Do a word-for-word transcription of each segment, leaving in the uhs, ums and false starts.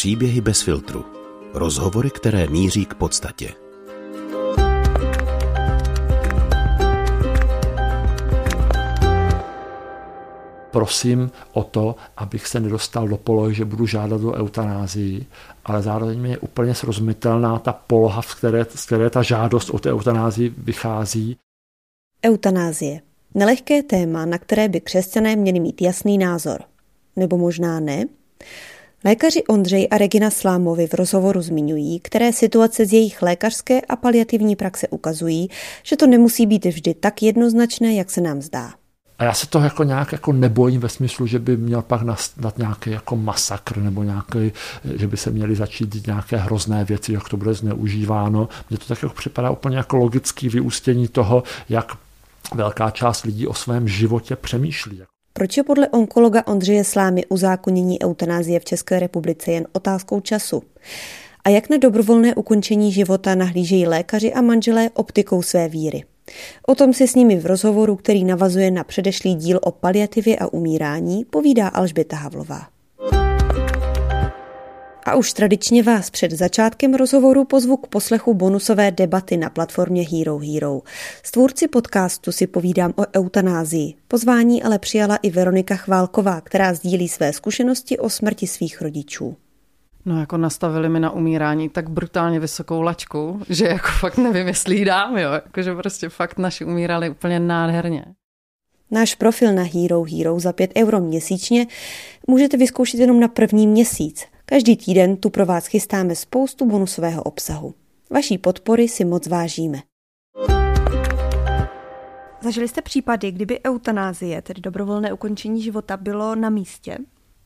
Příběhy bez filtru. Rozhovory, které míří k podstatě. Prosím o to, abych se nedostal do polohy, že budu žádat o eutanázii, ale zároveň mi je úplně srozumitelná ta poloha, z které, z které ta žádost o eutanázii vychází. Eutanázie. Nelehké téma, na které by křesťané měli mít jasný názor. Nebo možná ne? Lékaři Ondřej a Regina Slámovi v rozhovoru zmiňují, které situace z jejich lékařské a paliativní praxe ukazují, že to nemusí být vždy tak jednoznačné, jak se nám zdá. A já se toho jako nějak jako nebojím ve smyslu, že by měl pak nastat nějaký jako masakr nebo nějaký, že by se měly začít dít nějaké hrozné věci, jak to bude zneužíváno. Mně to tak jako připadá úplně jako logický vyústění toho, jak velká část lidí o svém životě přemýšlí. Proč je podle onkologa Ondřeje Slámy uzákonění eutanázie v České republice jen otázkou času? A jak na dobrovolné ukončení života nahlížejí lékaři a manželé optikou své víry? O tom si s nimi v rozhovoru, který navazuje na předešlý díl o paliativě a umírání, povídá Alžběta Havlová. A už tradičně vás před začátkem rozhovoru pozvu k poslechu bonusové debaty na platformě Hero Hero. S tvůrci podcastu si povídám o eutanázii. Pozvání ale přijala i Veronika Chválková, která sdílí své zkušenosti o smrti svých rodičů. No jako nastavili mi na umírání tak brutálně vysokou laťku, že jako fakt nevím, jestli jí dám, jo. Jakože prostě fakt naši umírali úplně nádherně. Náš profil na Hero Hero za pět euro měsíčně můžete vyzkoušet jenom na první měsíc. Každý týden tu pro vás chystáme spoustu bonusového obsahu. Vaší podpory si moc vážíme. Zažili jste případy, kdyby eutanázie, tedy dobrovolné ukončení života, bylo na místě?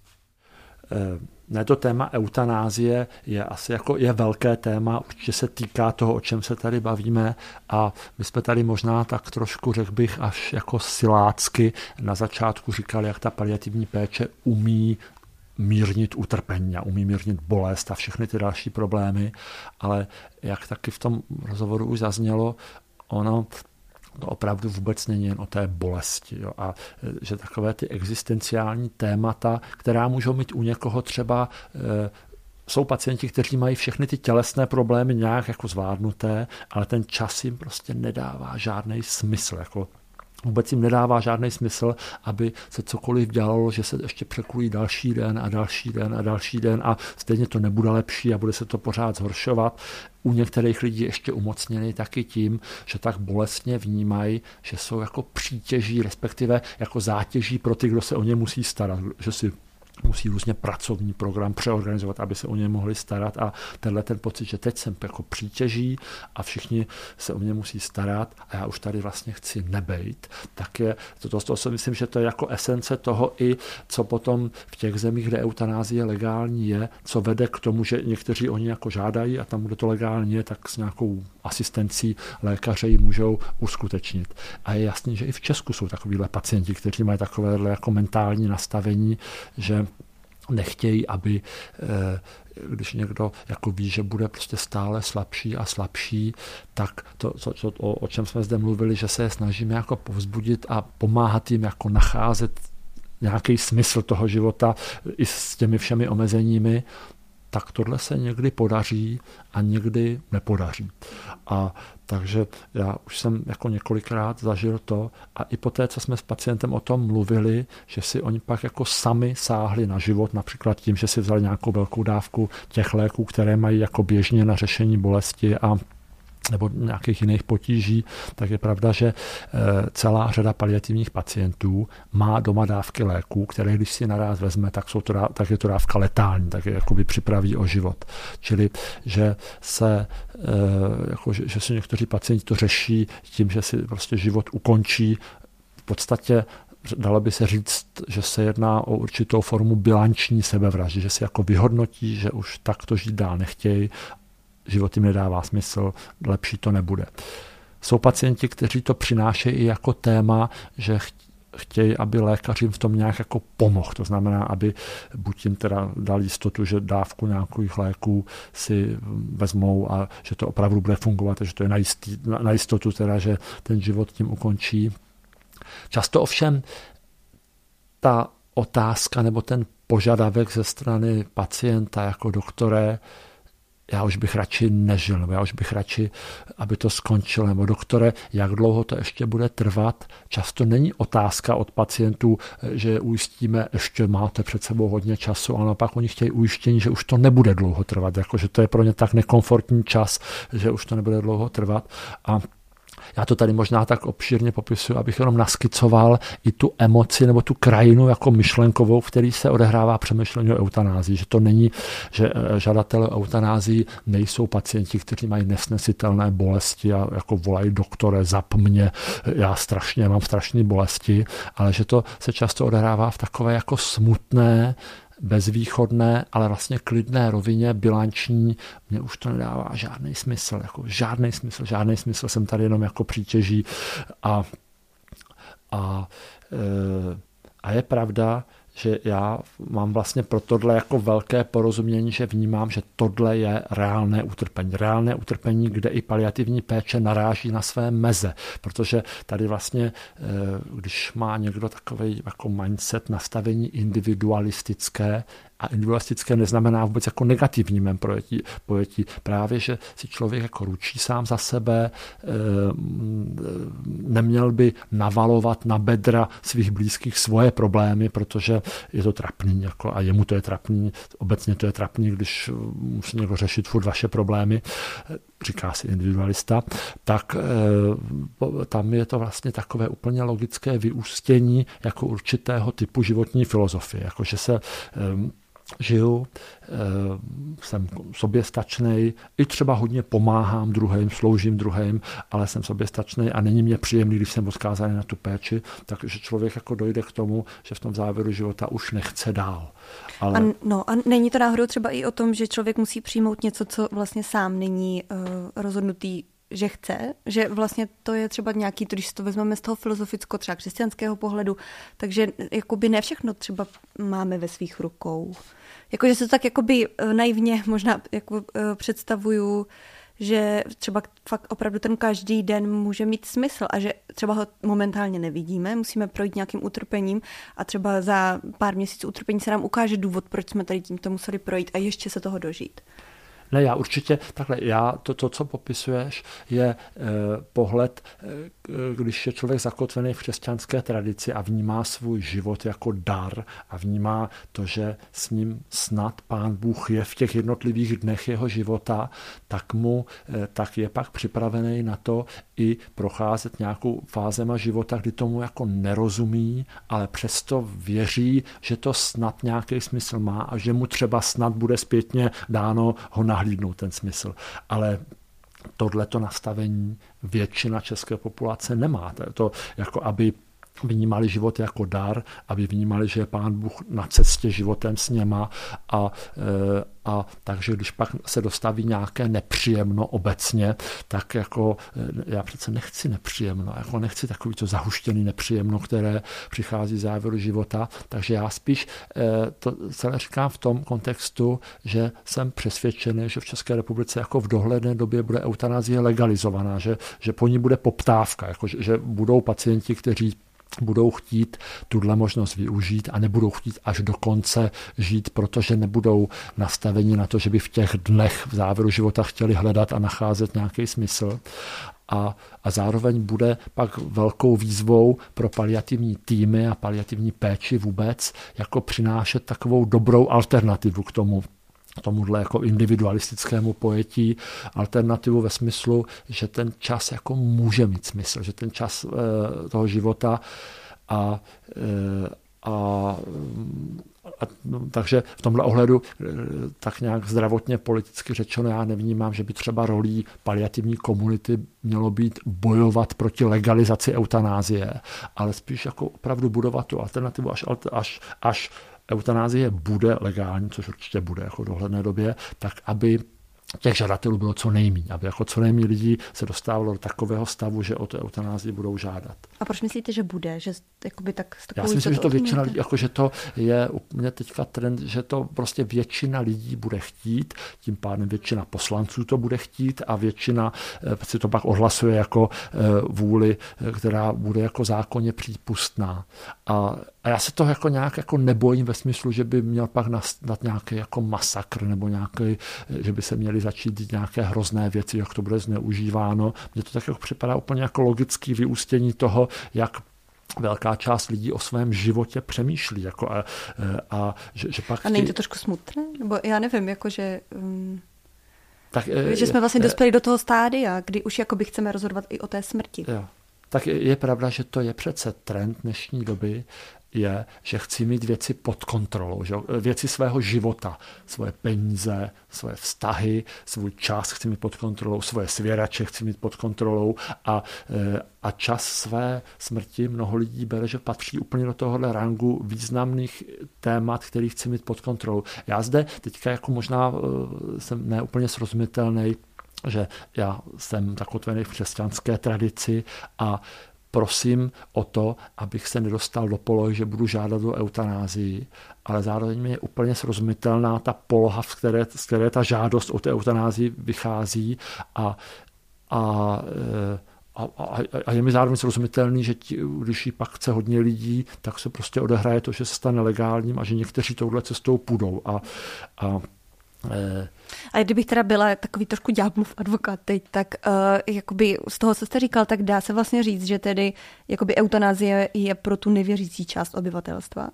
Ne, to téma eutanázie je asi jako je velké téma, určitě se týká toho, o čem se tady bavíme, a my jsme tady možná tak trošku, řekl bych, až jako silácky na začátku říkali, jak ta paliativní péče umí mírnit utrpení a umí mírnit bolest a všechny ty další problémy, ale jak taky v tom rozhovoru už zaznělo, ono to opravdu vůbec není jen o té bolesti. Jo? A že takové ty existenciální témata, která můžou mít u někoho třeba, e, jsou pacienti, kteří mají všechny ty tělesné problémy nějak jako zvládnuté, ale ten čas jim prostě nedává žádný smysl. Jako vůbec jim nedává žádný smysl, aby se cokoliv dělalo, že se ještě překulí další den a další den a další den a stejně to nebude lepší a bude se to pořád zhoršovat. U některých lidí ještě umocněný taky tím, že tak bolestně vnímají, že jsou jako přítěží, respektive jako zátěží pro ty, kdo se o ně musí starat, že si musí různě pracovní program přeorganizovat, aby se o ně mohli starat, a tenhle ten pocit, že teď jsem jako přítěží a všichni se o mě musí starat a já už tady vlastně chci nebejt, tak je, to, to, to si myslím, že to je jako esence toho i, co potom v těch zemích, kde eutanázie legální je, co vede k tomu, že někteří oni jako žádají a tam, kde to legální je, tak s nějakou asistencí lékaře ji můžou uskutečnit. A je jasný, že i v Česku jsou takovýhle pacienti, kteří mají takovéhle jako mentální nastavení, že nechtějí, aby když někdo jako ví, že bude prostě stále slabší a slabší, tak to, to, to o, o čem jsme zde mluvili, že se je snažíme jako povzbudit a pomáhat jim jako nacházet nějaký smysl toho života i s těmi všemi omezeními, tak tohle se někdy podaří a někdy nepodaří. A takže já už jsem jako několikrát zažil to, a i po té, co jsme s pacientem o tom mluvili, že si oni pak jako sami sáhli na život, například tím, že si vzali nějakou velkou dávku těch léků, které mají jako běžně na řešení bolesti a nebo nějakých jiných potíží, tak je pravda, že celá řada paliativních pacientů má doma dávky léků, které když si naraz vezme, tak, jsou to, tak je to dávka letální, tak je jakoby připraví o život. Čili, že se, jako, že, že si někteří pacienti to řeší tím, že si prostě život ukončí. V podstatě dalo by se říct, že se jedná o určitou formu bilanční sebevraždy, že si jako vyhodnotí, že už takto žít dál nechtějí, život jim nedává smysl, lepší to nebude. Jsou pacienti, kteří to přinášejí i jako téma, že chtějí, aby lékař jim v tom nějak jako pomohl. To znamená, aby buď jim teda dal jistotu, že dávku nějakých léků si vezmou a že to opravdu bude fungovat, že to je na, jistý, na jistotu, teda, že ten život tím ukončí. Často ovšem ta otázka nebo ten požadavek ze strany pacienta jako doktore, já už bych radši nežil, nebo já už bych radši, aby to skončilo, nebo doktore, jak dlouho to ještě bude trvat. Často není otázka od pacientů, že ujistíme, ještě máte před sebou hodně času, ale naopak oni chtějí ujištění, že už to nebude dlouho trvat, jako že to je pro ně tak nekomfortní čas, že už to nebude dlouho trvat. A já to tady možná tak obšírně popisuju, abych jenom naskicoval i tu emoci nebo tu krajinu jako myšlenkovou, v který se odehrává přemýšlení o eutanázii. Že to není, že žadatelé o eutanázii nejsou pacienti, kteří mají nesnesitelné bolesti a jako volají doktore, zap mě, já strašně mám strašné bolesti, ale že to se často odehrává v takové jako smutné, bezvýchodné, ale vlastně klidné rovině, bilanční, mně už to nedává žádný smysl, jako žádný smysl, žádný smysl, jsem tady jenom jako přítěží a, a, a je pravda, že já mám vlastně pro tohle jako velké porozumění, že vnímám, že tohle je reálné utrpení. Reálné utrpení, kde i paliativní péče naráží na své meze, protože tady vlastně, když má někdo takový jako mindset, nastavení individualistické, a individualistické neznamená vůbec jako negativní mém pojetí, pojetí. Právě, že si člověk jako ručí sám za sebe, neměl by navalovat na bedra svých blízkých svoje problémy, protože je to trapný, jako, a jemu to je trapný, obecně to je trapný, když musí někdo řešit furt vaše problémy, říká si individualista, tak tam je to vlastně takové úplně logické vyústění jako určitého typu životní filozofie, jakože se žiju, jsem soběstačnej, i třeba hodně pomáhám druhým, sloužím druhým, ale jsem soběstačnej a není mě příjemný, když jsem odkázaný na tu péči, takže člověk jako dojde k tomu, že v tom závěru života už nechce dál. Ale... A, no, a není to náhodou třeba i o tom, že člověk musí přijmout něco, co vlastně sám není uh, rozhodnutý, že chce, že vlastně to je třeba nějaký, když to vezmeme z toho filozoficko, třeba křesťanského pohledu, takže jakoby ne všechno třeba máme ve svých rukou. Jakože se to tak jakoby naivně možná jako představuju, že třeba fakt opravdu ten každý den může mít smysl a že třeba ho momentálně nevidíme, musíme projít nějakým utrpením a třeba za pár měsíců utrpení se nám ukáže důvod, proč jsme tady tímto museli projít a ještě se toho dožít. Ne, já určitě, takhle, já, to, to, co popisuješ, je e, pohled, e, když je člověk zakotvený v křesťanské tradici a vnímá svůj život jako dar a vnímá to, že s ním snad Pán Bůh je v těch jednotlivých dnech jeho života, tak mu, e, tak je pak připravený na to i procházet nějakou fázema života, kdy tomu jako nerozumí, ale přesto věří, že to snad nějaký smysl má a že mu třeba snad bude zpětně dáno ho nahlídnout ten smysl. Ale tohleto nastavení většina české populace nemá. To, to jako aby vnímali život jako dar, aby vnímali, že je Pán Bůh na cestě životem s něma a, a takže když pak se dostaví nějaké nepříjemno obecně, tak jako já přece nechci nepříjemno, jako nechci takový to zahuštěný nepříjemno, které přichází z závěru života, takže já spíš to celé říkám v tom kontextu, že jsem přesvědčený, že v České republice jako v dohledné době bude eutanazie legalizovaná, že, že po ní bude poptávka, jako že, že budou pacienti, kteří budou chtít tuhle možnost využít a nebudou chtít až do konce žít, protože nebudou nastaveni na to, že by v těch dnech v závěru života chtěli hledat a nacházet nějaký smysl. A, a zároveň bude pak velkou výzvou pro paliativní týmy a paliativní péči vůbec jako přinášet takovou dobrou alternativu k tomu, tomuhle jako individualistickému pojetí, alternativu ve smyslu, že ten čas jako může mít smysl, že ten čas e, toho života a, e, a, a no, takže v tomhle ohledu e, tak nějak zdravotně politicky řečeno já nevnímám, že by třeba rolí paliativní komunity mělo být bojovat proti legalizaci eutanázie, ale spíš jako opravdu budovat tu alternativu až, až, až eutanázie bude legální, což určitě bude jako v dohledné době, tak aby těch žadatelů bylo co nejméně, aby jako co nejméně lidí se dostávalo do takového stavu, že o to eutanázii budou žádat. A proč myslíte, že bude? Že jakoby tak Já si myslím, že to většina lidí, jako že to je úplně teďka trend, že to prostě většina lidí bude chtít, tím pádem většina poslanců to bude chtít a většina si to pak ohlasuje jako vůli, která bude jako zákonně přípustná. A a já se toho jako nějak jako nebojím ve smyslu, že by měl pak nastat nějaký jako masakr nebo nějaký, že by se měly začít dít nějaké hrozné věci, jak to bude zneužíváno. Mně to tak jako připadá úplně jako logický vyústění toho, jak velká část lidí o svém životě přemýšlí. Jako a, a, že, že pak a není to trošku smutné? Nebo já nevím, jakože... Um... Tak, že jsme vlastně dospěli do toho stádia, kdy už jakoby chceme rozhodovat i o té smrti. Jo. Tak je, je pravda, že to je přece trend dnešní doby, je, že chci mít věci pod kontrolou, že? Věci svého života, svoje peníze, svoje vztahy, svůj čas chci mít pod kontrolou, svoje svěrače chci mít pod kontrolou a, a čas své smrti mnoho lidí bere, že patří úplně do tohohle rangu významných témat, který chci mít pod kontrolou. Já zde teďka jako možná jsem neúplně srozumitelný, že já jsem zakotvený v křesťanské tradici a prosím o to, abych se nedostal do polohy, že budu žádat o eutanázii, ale zároveň mi je úplně srozumitelná ta poloha, z které, z které ta žádost o té eutanázii vychází a, a, a, a, a je mi zároveň srozumitelný, že ti, když ji pak chce hodně lidí, tak se prostě odehraje to, že se stane legálním a že někteří touhle cestou půjdou. A, a A kdybych teda byla takový trošku ďáblův advokát teď, tak uh, jakoby z toho, co jste říkal, tak dá se vlastně říct, že tedy jakoby eutanázie je pro tu nevěřící část obyvatelstva.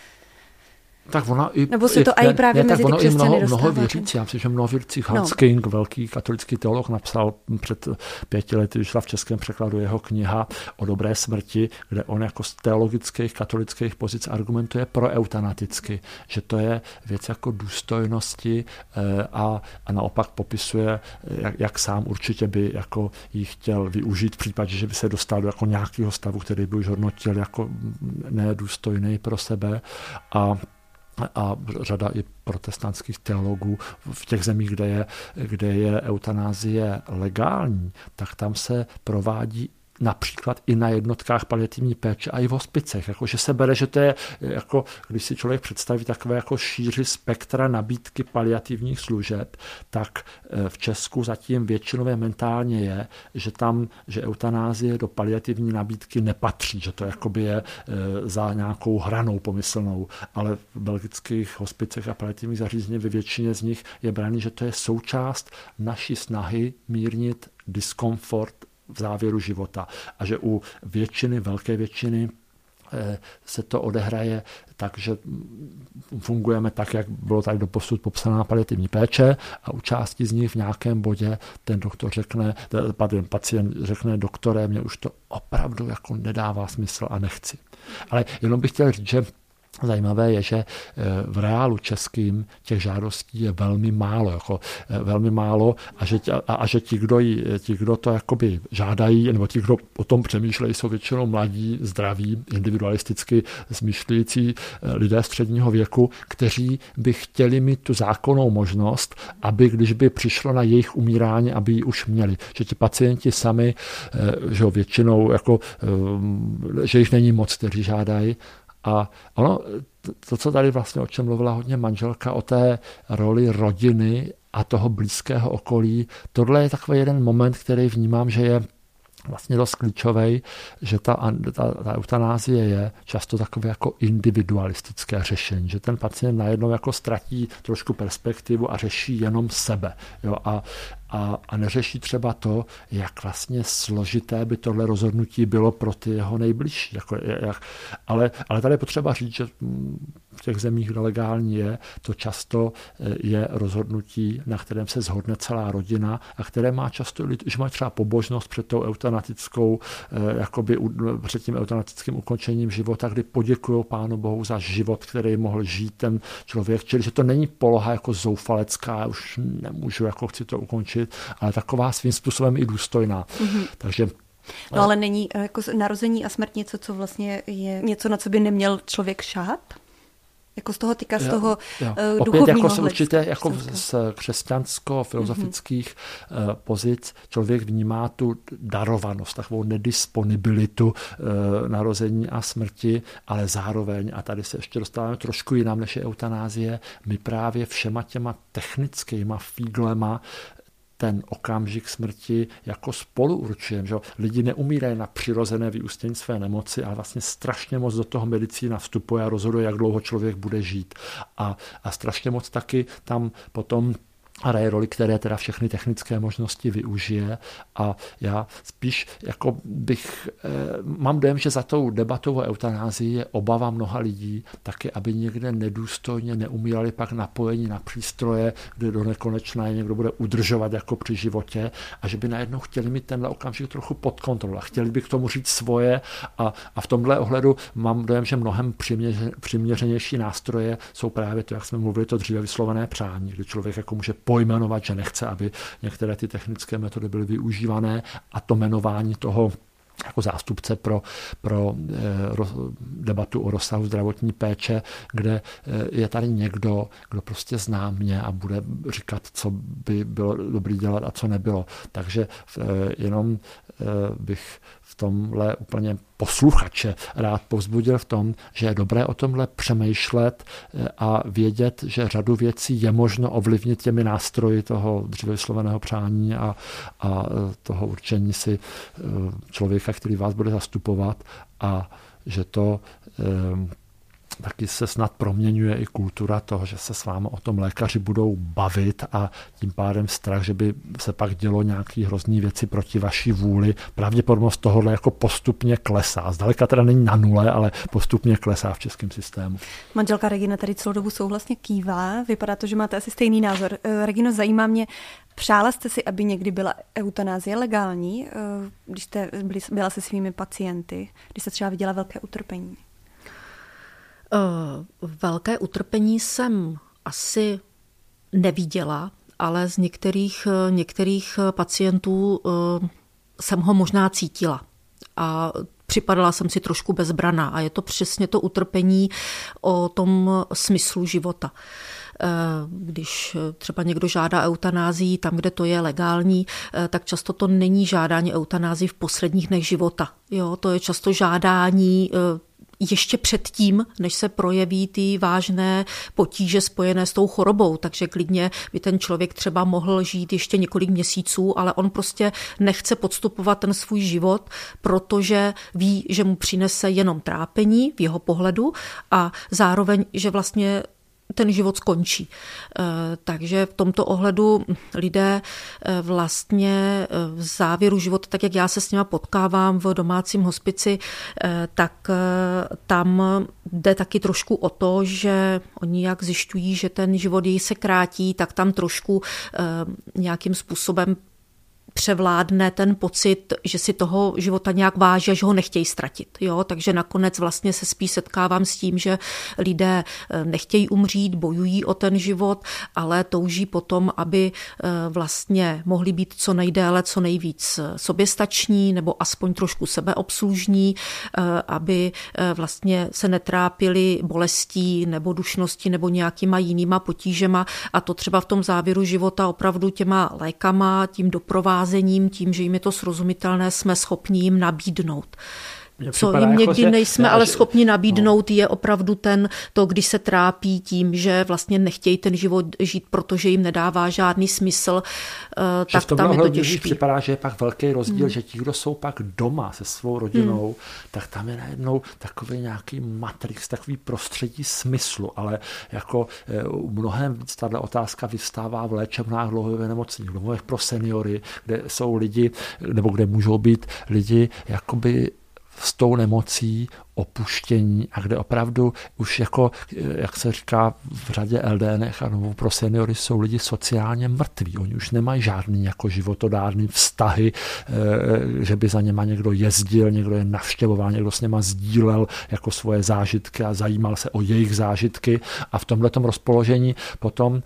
Tak ona i, Nebo se to i, i právě ne, mezi ty křesťany mnoho, dostává. mnoho věřící, já myslím, že mnoho věřících. No. Hans King, velký katolický teolog, napsal před pěti lety, vyšla v českém překladu jeho kniha O dobré smrti, kde on jako z teologických katolických pozic argumentuje pro eutanaticky, že to je věc jako důstojnosti a, a naopak popisuje, jak, jak sám určitě by jako ji chtěl využít v případě, že by se dostal do jako nějakého stavu, který by už hodnotil jako nedůstojný pro sebe. A a řada i protestantských teologů v těch zemích, kde je, kde je eutanázie legální, tak tam se provádí například i na jednotkách paliativní péče a i v hospicech. Jako, že se bere, že to je, jako, když si člověk představí takové jako šíři spektra nabídky paliativních služeb, tak v Česku zatím většinově mentálně je, že tam, že eutanázie do paliativní nabídky nepatří, že to jakoby je za nějakou hranou pomyslnou, ale v belgických hospicech a paliativních zařízení ve většině z nich je braný, že to je součást naší snahy mírnit diskomfort v závěru života a že u většiny, velké většiny se to odehraje tak, že fungujeme tak, jak bylo tak doposud popsaná paliativní péče a u části z nich v nějakém bodě ten doktor řekne, pardon, pacient řekne, doktore, mě už to opravdu jako nedává smysl a nechci. Ale jenom bych chtěl říct, že zajímavé je, že v reálu českým těch žádostí je velmi málo, jako velmi málo a že, a, a že ti, kdo, jí, ti, kdo to jakoby žádají, nebo ti, kdo o tom přemýšlejí, jsou většinou mladí, zdraví, individualisticky smýšlející lidé středního věku, kteří by chtěli mít tu zákonnou možnost, aby když by přišlo na jejich umírání, aby ji už měli. Že ti pacienti sami, že většinou, jako, že jich není moc, kteří žádají. A ono, to, co tady vlastně o čem mluvila hodně manželka, o té roli rodiny a toho blízkého okolí, tohle je takový jeden moment, který vnímám, že je vlastně dost klíčový, že ta, ta, ta eutanázie je často takové jako individualistické řešení, že ten pacient najednou jako ztratí trošku perspektivu a řeší jenom sebe. Jo? A, a, a neřeší třeba to, jak vlastně složité by tohle rozhodnutí bylo pro ty jeho nejbližší. Jako, jak, ale, ale tady je potřeba říct, že v těch zemích, kde legální je, to často je rozhodnutí, na kterém se shodne celá rodina a které má často, že má třeba pobožnost před tou eutanatickou, jakoby před tím eutanatickým ukončením života, kdy poděkují Pánu Bohu za život, který mohl žít ten člověk. Čili, že to není poloha jako zoufalecká, už nemůžu, jako chci to ukončit, ale taková svým způsobem i důstojná. Mm-hmm. Takže no ale není jako narození a smrt něco, co vlastně je něco, na co by neměl člověk šát? Jako z toho týká, z toho jo, jo. Uh, duchovního Opět jako z hlediska. určitě jako z křesťansko-filozofických mm-hmm. uh, pozic člověk vnímá tu darovanost, takovou nedisponibilitu uh, narození a smrti, ale zároveň, a tady se ještě dostáváme trošku jinam než je eutanázie, my právě všema těma technickýma fíglema ten okamžik smrti jako spolu určujeme. Že? Lidi neumírají na přirozené vyústění své nemoci, ale vlastně strašně moc do toho medicína vstupuje a rozhoduje, jak dlouho člověk bude žít. A, a strašně moc taky tam potom hraje roli, které teda všechny technické možnosti využije a já spíš jako bych, eh, mám dojem, že za tou debatou o eutanázii je obava mnoha lidí taky, aby někde nedůstojně neumírali pak napojení na přístroje, kde do nekonečna je někdo bude udržovat jako při životě a že by najednou chtěli mít tenhle okamžik trochu pod kontrolou a chtěli by k tomu říct svoje a, a v tomhle ohledu mám dojem, že mnohem přiměře, přiměřenější nástroje jsou právě to, jak jsme mluvili, to dříve vyslovené přání, kdy člověk jako může pojmenovat, že nechce, aby některé ty technické metody byly využívané a to jmenování toho jako zástupce pro, pro eh, ro, debatu o rozsahu zdravotní péče, kde eh, je tady někdo, kdo prostě zná mě a bude říkat, co by bylo dobrý dělat a co nebylo. Takže eh, jenom eh, bych v tomhle úplně posluchače rád povzbudil v tom, že je dobré o tomhle přemýšlet a vědět, že řadu věcí je možno ovlivnit těmi nástroji toho dříve vysloveného přání a, a toho určení si člověka, který vás bude zastupovat a že to taky se snad proměňuje i kultura toho, že se s vámi o tom lékaři budou bavit a tím pádem strach, že by se pak dělo nějaký hrozný věci proti vaší vůli. Pravděpodobnost tohohle jako postupně klesá. Zdaleka teda není na nule, ale postupně klesá v českém systému. Manželka Regina tady celou dobu souhlasně kývá. Vypadá to, že máte asi stejný názor. Regino, zajímá mě, přála jste si, aby někdy byla eutanázie legální, když jste byla se svými pacienty, když jste třeba viděla velké utrpení? Velké utrpení jsem asi neviděla, ale z některých, některých pacientů jsem ho možná cítila. A připadala jsem si trošku bezbraná. A je to přesně to utrpení o tom smyslu života. Když třeba někdo žádá eutanázii tam, kde to je legální, tak často to není žádání eutanázii v posledních dnech života. Jo, to je často žádání ještě předtím, než se projeví ty vážné potíže spojené s tou chorobou. Takže klidně by ten člověk třeba mohl žít ještě několik měsíců, ale on prostě nechce podstupovat ten svůj život, protože ví, že mu přinese jenom trápení v jeho pohledu a zároveň, že vlastně ten život skončí. Takže v tomto ohledu lidé vlastně v závěru života, tak jak já se s nima potkávám v domácím hospici, tak tam jde taky trošku o to, že oni jak zjišťují, že ten život jej se krátí, tak tam trošku nějakým způsobem převládne ten pocit, že si toho života nějak váží a že ho nechtějí ztratit. Jo? Takže nakonec vlastně se spíš setkávám s tím, že lidé nechtějí umřít, bojují o ten život, ale touží potom, aby vlastně mohli být co nejdéle, co nejvíc soběstační nebo aspoň trošku sebeobslužní, aby vlastně se netrápili bolestí nebo dušností nebo nějakýma jinýma potížema a to třeba v tom závěru života opravdu těma lékama, tím doprovázením, tím, že jim je to srozumitelné, jsme schopni jim nabídnout. Co jim někdy jako, nejsme ne, ale schopni nabídnout, no. Je opravdu ten, to, když se trápí tím, že vlastně nechtějí ten život žít, protože jim nedává žádný smysl, že tak tam je to těžké. Připadá, že je pak velký rozdíl, hmm. že ti, kdo jsou pak doma se svou rodinou, hmm. tak tam je najednou takový nějaký matrix, takový prostředí smyslu, ale jako mnohem víc tato otázka vyvstává v léčebnách dlouhodobě nemocných, v domovech pro seniory, kde jsou lidi, nebo kde můžou být lidi jakoby s tou nemocí, opuštění a kde opravdu už jako, jak se říká v řadě el dé en a nebo pro seniory jsou lidi sociálně mrtví. Oni už nemají žádný jako životodárný vztahy, že by za něma někdo jezdil, někdo je navštěvoval, někdo s něma sdílel jako svoje zážitky a zajímal se o jejich zážitky a v tomhletom rozpoložení potom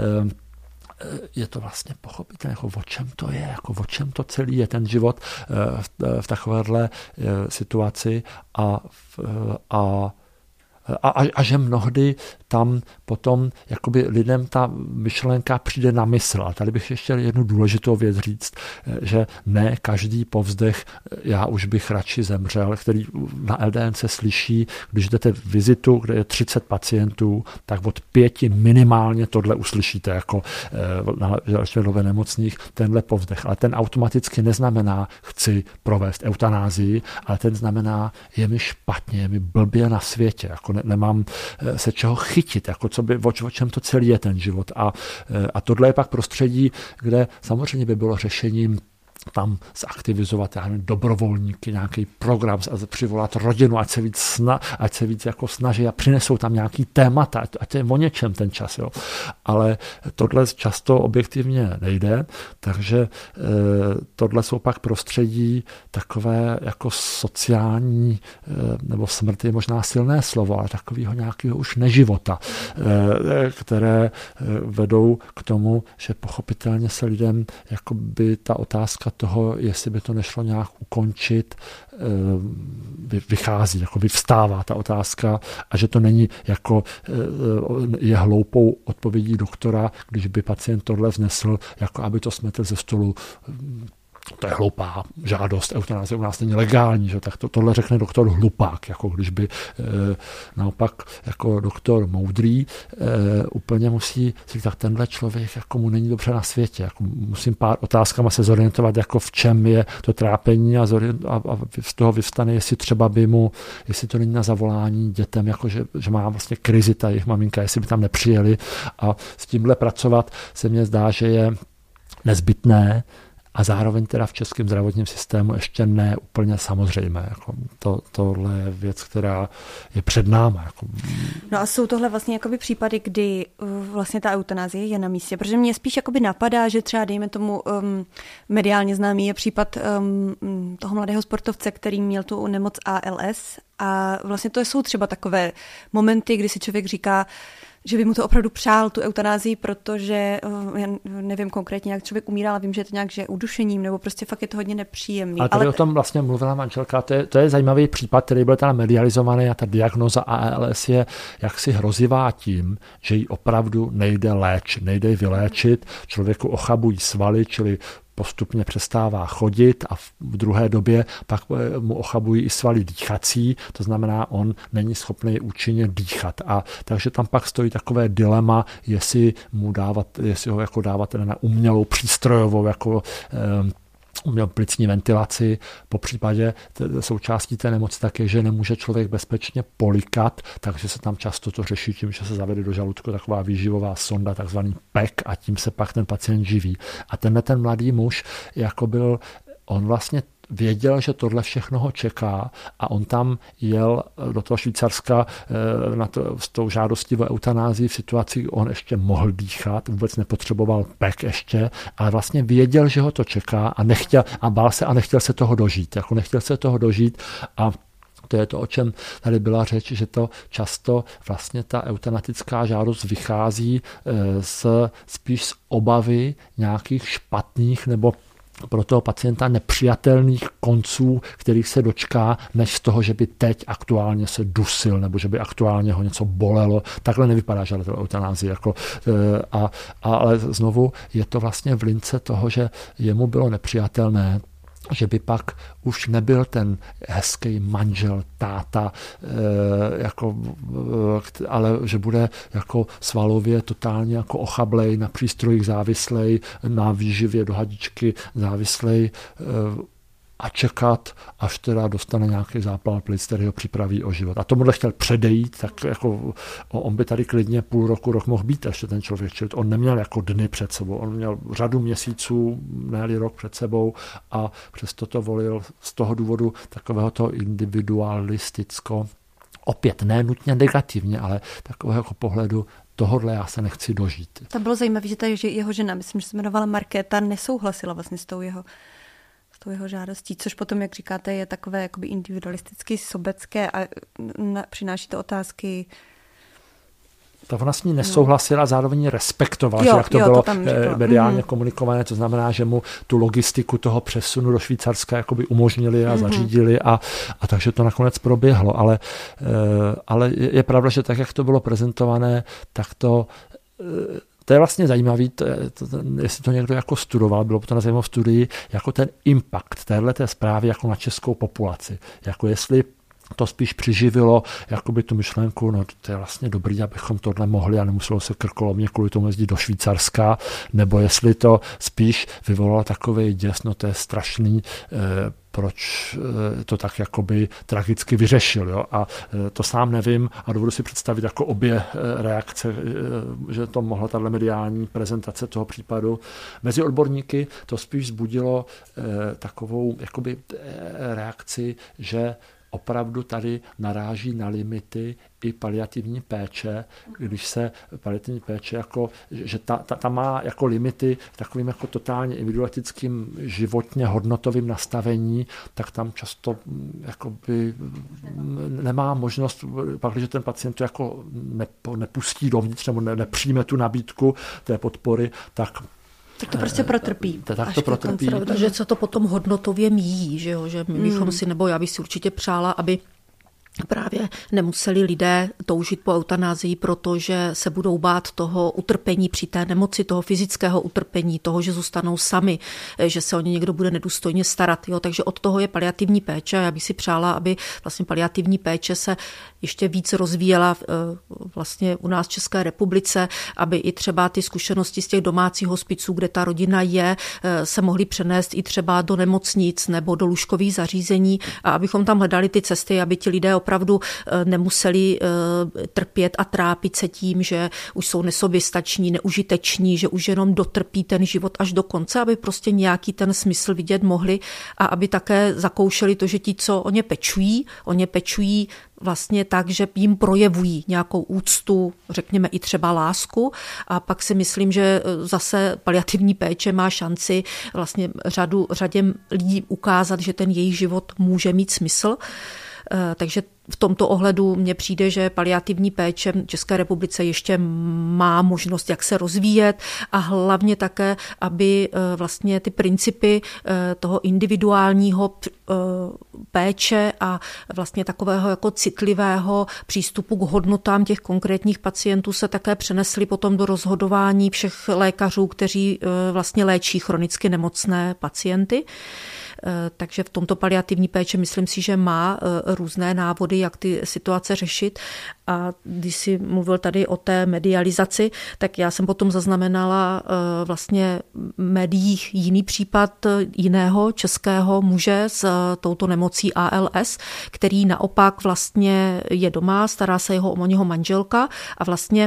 je to vlastně pochopitelné, jako o čem to je, jako o čem to celý je ten život v, v takovéhle situaci a, a A, a, a že mnohdy tam potom jakoby lidem ta myšlenka přijde na mysl. A tady bych ještě jednu důležitou věc říct, že ne každý povzdech já už bych radši zemřel, který na el dé en se slyší, když jdete v vizitu, kde je třicet pacientů, tak od pěti minimálně tohle uslyšíte jako na žaludečně nemocných, tenhle povzdech. Ale ten automaticky neznamená chci provést eutanázii, ale ten znamená je mi špatně, je mi blbě na světě, jako ne, nemám se čeho chytit, jako co by, o, o čem to celý je ten život. A, a tohle je pak prostředí, kde samozřejmě by bylo řešením tam zaktivizovat já nevím, dobrovolníky, nějaký program a přivolat rodinu, ať se víc, sna, ať se víc jako snaží a přinesou tam nějaký témata, ať, ať je o něčem ten čas. Jo. Ale tohle často objektivně nejde, takže e, tohle jsou pak prostředí takové jako sociální, e, nebo smrt je možná silné slovo, ale takového nějakého už neživota, e, které vedou k tomu, že pochopitelně se lidem jakoby ta otázka toho, jestli by to nešlo nějak ukončit, vychází, jako vyvstává ta otázka a že to není jako je hloupou odpovědí doktora, když by pacient tohle vznesl, jako aby to smetl ze stolu. To je hloupá žádost, eutanázie u nás není legální, že? Tak to, tohle řekne doktor hlupák, jako když by e, naopak jako doktor moudrý e, úplně musí říct, tak tenhle člověk jako mu není dobře na světě, jako musím pár otázkama se zorientovat, jako v čem je to trápení a, zorient, a, a z toho vyvstane, jestli třeba by mu, jestli to není na zavolání dětem, jako že, že má vlastně krizi ta jejich maminka, jestli by tam nepřijeli a s tímhle pracovat se mně zdá, že je nezbytné, a zároveň teda v českém zdravotním systému ještě ne úplně samozřejmé. Jako to, tohle je věc, která je před náma. Jako. No a jsou tohle vlastně jakoby případy, kdy vlastně ta eutanázie je na místě, protože mě spíš jakoby napadá, že třeba dejme tomu um, mediálně známý je případ um, toho mladého sportovce, který měl tu nemoc á el es a vlastně to jsou třeba takové momenty, kdy si člověk říká, že by mu to opravdu přál, tu eutanázii, protože já nevím konkrétně, jak člověk umírá, ale vím, že je to nějak, že udušením, nebo prostě fakt je to hodně nepříjemný. A tady ale... o tom vlastně mluvila manželka, to je, to je zajímavý případ, který byl tam medializovaný a ta diagnoza á el es je jaksi hrozivá tím, že ji opravdu nejde léčit, nejde ji vyléčit, člověku ochabují svaly, čili postupně přestává chodit a v druhé době pak mu ochabují i svaly dýchací, to znamená, on není schopný účinně dýchat. A takže tam pak stojí takové dilema, jestli mu dávat, jestli ho jako dávat na umělou přístrojovou jako um, uměl plicní ventilaci, po případě součástí té nemoci tak je, že nemůže člověk bezpečně polikat, takže se tam často to řeší tím, že se zavede do žaludku taková výživová sonda, takzvaný P E C a tím se pak ten pacient živí. A tenhle ten mladý muž, jako byl, on vlastně věděl, že tohle všechno ho čeká a on tam jel do toho Švýcarska na to, s tou žádostí o eutanázii v situaci, kdy on ještě mohl dýchat, vůbec nepotřeboval P E C ještě, ale vlastně věděl, že ho to čeká a nechtěl, a bál se a nechtěl se toho dožít. Jako nechtěl se toho dožít a to je to, o čem tady byla řeč, že to často vlastně ta eutanatická žádost vychází z, spíš z obavy nějakých špatných nebo pro toho pacienta nepřijatelných konců, kterých se dočká, než z toho, že by teď aktuálně se dusil, nebo že by aktuálně ho něco bolelo. Takhle nevypadá žadatel eutanázie. Jako, a, a, ale znovu je to vlastně v lince toho, že jemu bylo nepřijatelné, že by pak už nebyl ten hezký manžel, táta, jako, ale že bude jako svalově totálně jako ochablej, na přístrojích závislej, na výživě do hadičky závislej a čekat, až teda dostane nějaký zápal plic, který ho připraví o život. A tomuhle chtěl předejít, tak jako on by tady klidně půl roku, rok mohl být ještě ten člověk. Čili on neměl jako dny před sebou, on měl řadu měsíců, ne rok před sebou a přesto to volil z toho důvodu takového toho individualisticko, opět ne nutně negativně, ale takového jako pohledu, tohodle já se nechci dožít. To bylo zajímavé, že ta jeho žena, myslím, že se jmenovala Markéta, nesouhlasila vlastně s tou jeho tou jeho žádostí, což potom, jak říkáte, je takové jakoby individualisticky sobecké a na, přináší to otázky ta ona s ní nesouhlasila a zároveň respektovala, jo, že jak to jo, bylo to mediálně mm-hmm. komunikované, to znamená, že mu tu logistiku toho přesunu do Švýcarska jakoby umožnili a mm-hmm. zařídili a, a takže to nakonec proběhlo, ale, ale je pravda, že tak, jak to bylo prezentované, tak to to je vlastně zajímavý, to je, to, jestli to někdo jako studoval, bylo to na zajímavé studii, jako ten impact téhleté zprávy jako na českou populaci. Jako jestli to spíš přiživilo jakoby tu myšlenku, no to je vlastně dobrý, abychom tohle mohli a nemuselo se krkolomně kvůli tomu jezdit do Švýcarska, nebo jestli to spíš vyvolalo takový děs, no to je strašný, eh, proč to tak jakoby tragicky vyřešil. Jo? A to sám nevím a dovedu si představit jako obě reakce, že to mohla tato mediální prezentace toho případu. Mezi odborníky to spíš vzbudilo takovou jakoby reakci, že opravdu tady naráží na limity i paliativní péče, když se paliativní péče jako, že ta, ta, ta má jako limity takovým jako totálně individualistickým životně hodnotovým nastavení, tak tam často jakoby nemá možnost, pak když ten pacient to jako nepustí dovnitř nebo ne, nepřijme tu nabídku té podpory, tak tak to prostě protrpí. To, tak to protrpí. Protože se to potom hodnotově míjí, že jo, že my bychom mm. si, nebo já bych si určitě přála, aby právě nemuseli lidé toužit po eutanázii, protože se budou bát toho utrpení při té nemoci, toho fyzického utrpení, toho, že zůstanou sami, že se o ně někdo bude nedůstojně starat. Jo? Takže od toho je paliativní péče. Já bych si přála, aby vlastně paliativní péče se ještě víc rozvíjela vlastně u nás v České republice, aby i třeba ty zkušenosti z těch domácích hospiců, kde ta rodina je, se mohly přenést i třeba do nemocnic nebo do lůžkových zařízení a abychom tam hledali ty cesty, aby ti lidé opravdu nemuseli trpět a trápit se tím, že už jsou nesoběstační, neužiteční, že už jenom dotrpí ten život až do konce, aby prostě nějaký ten smysl vidět mohli a aby také zakoušeli to, že ti, co o ně pečují, o ně pečují vlastně tak, že jim projevují nějakou úctu, řekněme i třeba lásku a pak si myslím, že zase paliativní péče má šanci vlastně řadu, řadě lidí ukázat, že ten jejich život může mít smysl. Takže v tomto ohledu mně přijde, že paliativní péče v České republice ještě má možnost, jak se rozvíjet a hlavně také, aby vlastně ty principy toho individuálního péče a vlastně takového jako citlivého přístupu k hodnotám těch konkrétních pacientů se také přenesly potom do rozhodování všech lékařů, kteří vlastně léčí chronicky nemocné pacienty. Takže v tomto paliativní péče myslím si, že má různé návody, jak ty situace řešit. A když jsi mluvil tady o té medializaci, tak já jsem potom zaznamenala vlastně v médiích jiný případ jiného českého muže s touto nemocí A L S, který naopak vlastně je doma, stará se jeho o něho manželka a vlastně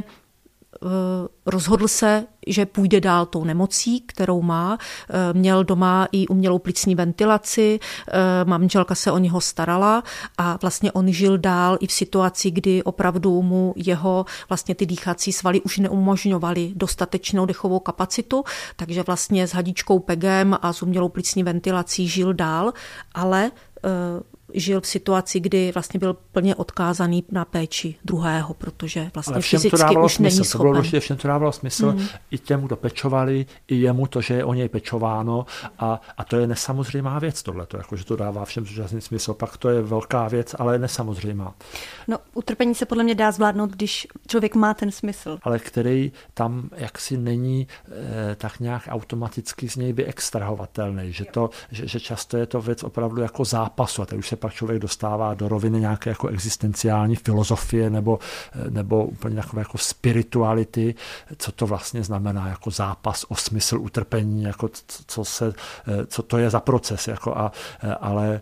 rozhodl se, že půjde dál tou nemocí, kterou má. Měl doma i umělou plicní ventilaci, manželka se o něho starala a vlastně on žil dál i v situaci, kdy opravdu mu jeho vlastně ty dýchací svaly už neumožňovaly dostatečnou dechovou kapacitu, takže vlastně s hadičkou pegem a s umělou plicní ventilací žil dál, ale žil v situaci, kdy vlastně byl plně odkázaný na péči druhého, protože vlastně fyzicky už smysl. není schopen. To bylo určitě všem to dávalo smysl. Mm. I těm, kdo pečovali, i jemu to, že je o něj pečováno a, a to je nesamozřejmá věc tohleto, jako, že to dává všem úžasný smysl. Pak to je velká věc, ale je nesamozřejmá. No, utrpení se podle mě dá zvládnout, když člověk má ten smysl. Ale který tam jaksi není eh, tak nějak automaticky z něj vyextrahovatelný, že, to, že, že často je to věc opravdu jako zápasu a teď už se pak člověk dostává do roviny nějaké jako existenciální filozofie nebo, nebo úplně takové jako spirituality, co to vlastně znamená jako zápas o smysl utrpení, jako co, se, co to je za proces. Jako a, ale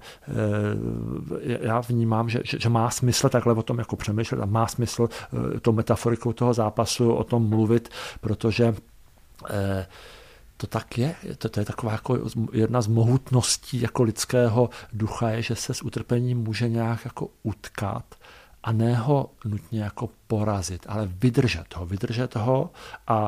já vnímám, že, že má smysl takhle o tom jako přemýšlet a má smysl tou metaforikou toho zápasu o tom mluvit, protože to tak je. To, to je taková jako jedna z mohutností jako lidského ducha, je, že se s utrpením může nějak jako utkat a ne ho nutně jako porazit, ale vydržet ho, vydržet ho a,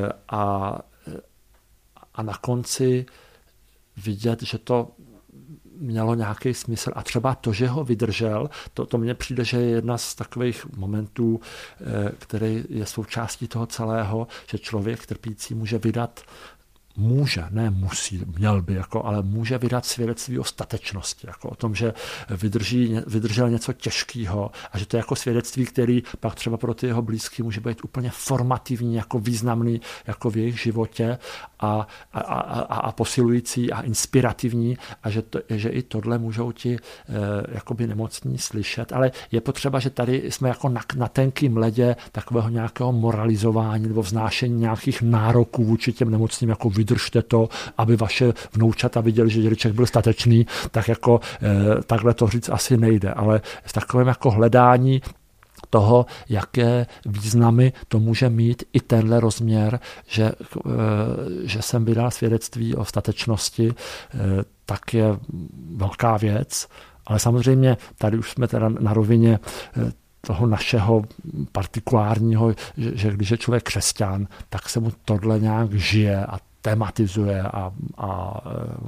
a, a na konci vidět, že to mělo nějaký smysl. A třeba to, že ho vydržel, to, to mně přijde, že je jedna z takových momentů, který je součástí toho celého, že člověk trpící může vydat může, ne musí, měl by, jako, ale může vydat svědectví o statečnosti, jako o tom, že vydrží, vydržel něco těžkého a že to je jako svědectví, který pak třeba pro ty jeho blízký může být úplně formativní, jako významný jako v jejich životě a, a, a, a posilující a inspirativní a že, to, že i tohle můžou ti e, jakoby nemocní slyšet, ale je potřeba, že tady jsme jako na, na tenkým ledě takového nějakého moralizování nebo vznášení nějakých nároků vůči těm nemocným, jako vydržte to, aby vaše vnoučata viděli, že dědeček byl statečný, tak jako e, takhle to říct asi nejde, ale v takovém jako hledání toho, jaké významy to může mít i tenhle rozměr, že, že jsem vydal svědectví o statečnosti, tak je velká věc, ale samozřejmě tady už jsme teda na rovině toho našeho partikulárního, že, že když je člověk křesťan, tak se mu tohle nějak žije a tematizuje a, a,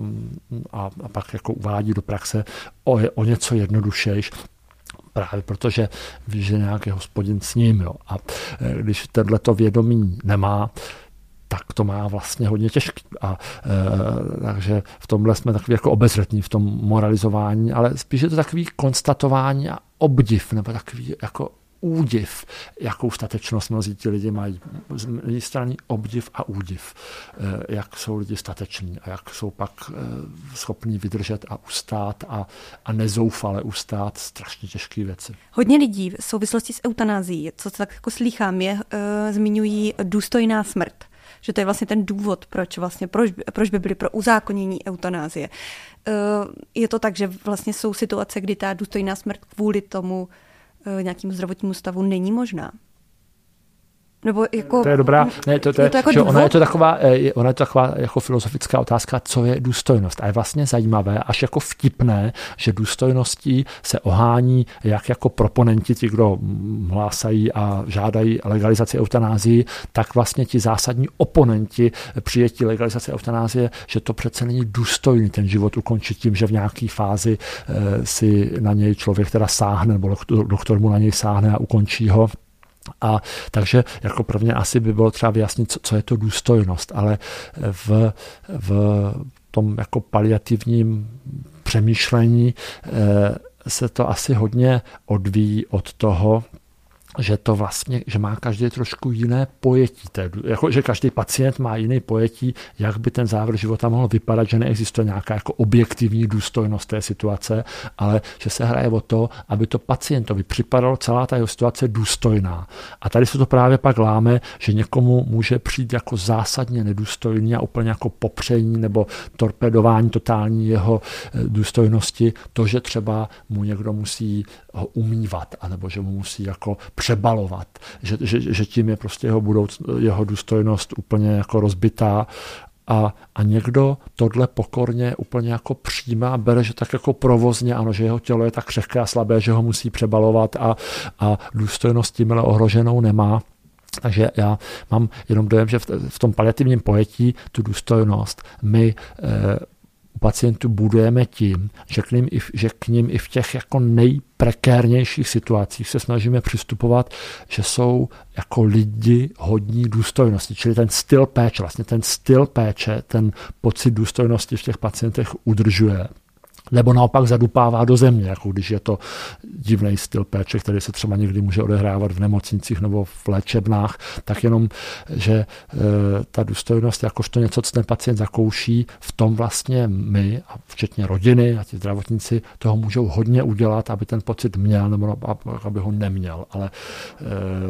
a, a pak jako uvádí do praxe o, o něco jednodušejš. Právě protože ví, že nějaký hospodin s ním. Jo. A když tenhleto vědomí nemá, tak to má vlastně hodně těžký. A, e, takže v tomhle jsme takový jako obezřetní v tom moralizování, ale spíš je to takový konstatování a obdiv, nebo takový jako údiv, jakou statečnost mnozí ti lidi mají. Z jedné strany obdiv a údiv, jak jsou lidi stateční a jak jsou pak schopní vydržet a ustát a, a nezoufale ustát strašně těžké věci. Hodně lidí v souvislosti s eutanázií, co tak jako slýchám, je, uh, zmiňují důstojná smrt. Že to je vlastně ten důvod, proč, vlastně, proč, proč by byly pro uzákonění eutanázie. Uh, je to tak, že vlastně jsou situace, kdy ta důstojná smrt kvůli tomu nějakému zdravotnímu stavu není možná. Nebo jako, to je dobrá, ne, to, to je, je to jako že ona je to taková, ona je to taková jako filozofická otázka, co je důstojnost. A je vlastně zajímavé, až jako vtipné, že důstojností se ohání jak jako proponenti, ti, kdo hlásají a žádají legalizaci eutanázii, tak vlastně ti zásadní oponenti přijetí legalizace eutanázie, že to přece není důstojný ten život ukončit tím, že v nějaké fázi e, si na něj člověk teda sáhne, nebo doktor mu na něj sáhne a ukončí ho. A takže jako prvně asi by bylo třeba vyjasnit, co, co je to důstojnost, ale v, v tom jako paliativním přemýšlení eh, se to asi hodně odvíjí od toho, že to vlastně, že má každý trošku jiné pojetí. Té, jako, že každý pacient má jiné pojetí, jak by ten závěr života mohl vypadat, že neexistuje nějaká jako objektivní důstojnost té situace, ale že se hraje o to, aby to pacientovi připadalo celá ta jeho situace důstojná. A tady se to právě pak láme, že někomu může přijít jako zásadně nedůstojný a úplně jako popření nebo torpedování totální jeho důstojnosti, to, že třeba mu někdo musí ho umývat, anebo že mu musí jako přebalovat, že, že, že tím je prostě jeho, budouc, jeho důstojnost úplně jako rozbitá a, a někdo tohle pokorně úplně jako přijímá, bere, že tak jako provozně, ano, že jeho tělo je tak křehké a slabé, že ho musí přebalovat a, a důstojnost tímhle ohroženou nemá. Takže já mám jenom dojem, že v, v tom paliativním pojetí tu důstojnost my eh, pacientů budujeme tím, že k ním i, že k ním i v těch jako nejprekérnějších situacích se snažíme přistupovat, že jsou jako lidi hodní důstojnosti, čili ten styl péče, vlastně ten styl péče, ten pocit důstojnosti v těch pacientech udržuje. Nebo naopak zadupává do země, jako když je to divný styl péče, který se třeba někdy může odehrávat v nemocnicích nebo v léčebnách, tak jenom, že e, ta důstojnost, jakožto něco, co ten pacient zakouší, v tom vlastně my, a včetně rodiny a ti zdravotníci, toho můžou hodně udělat, aby ten pocit měl, nebo aby ho neměl. Ale, e,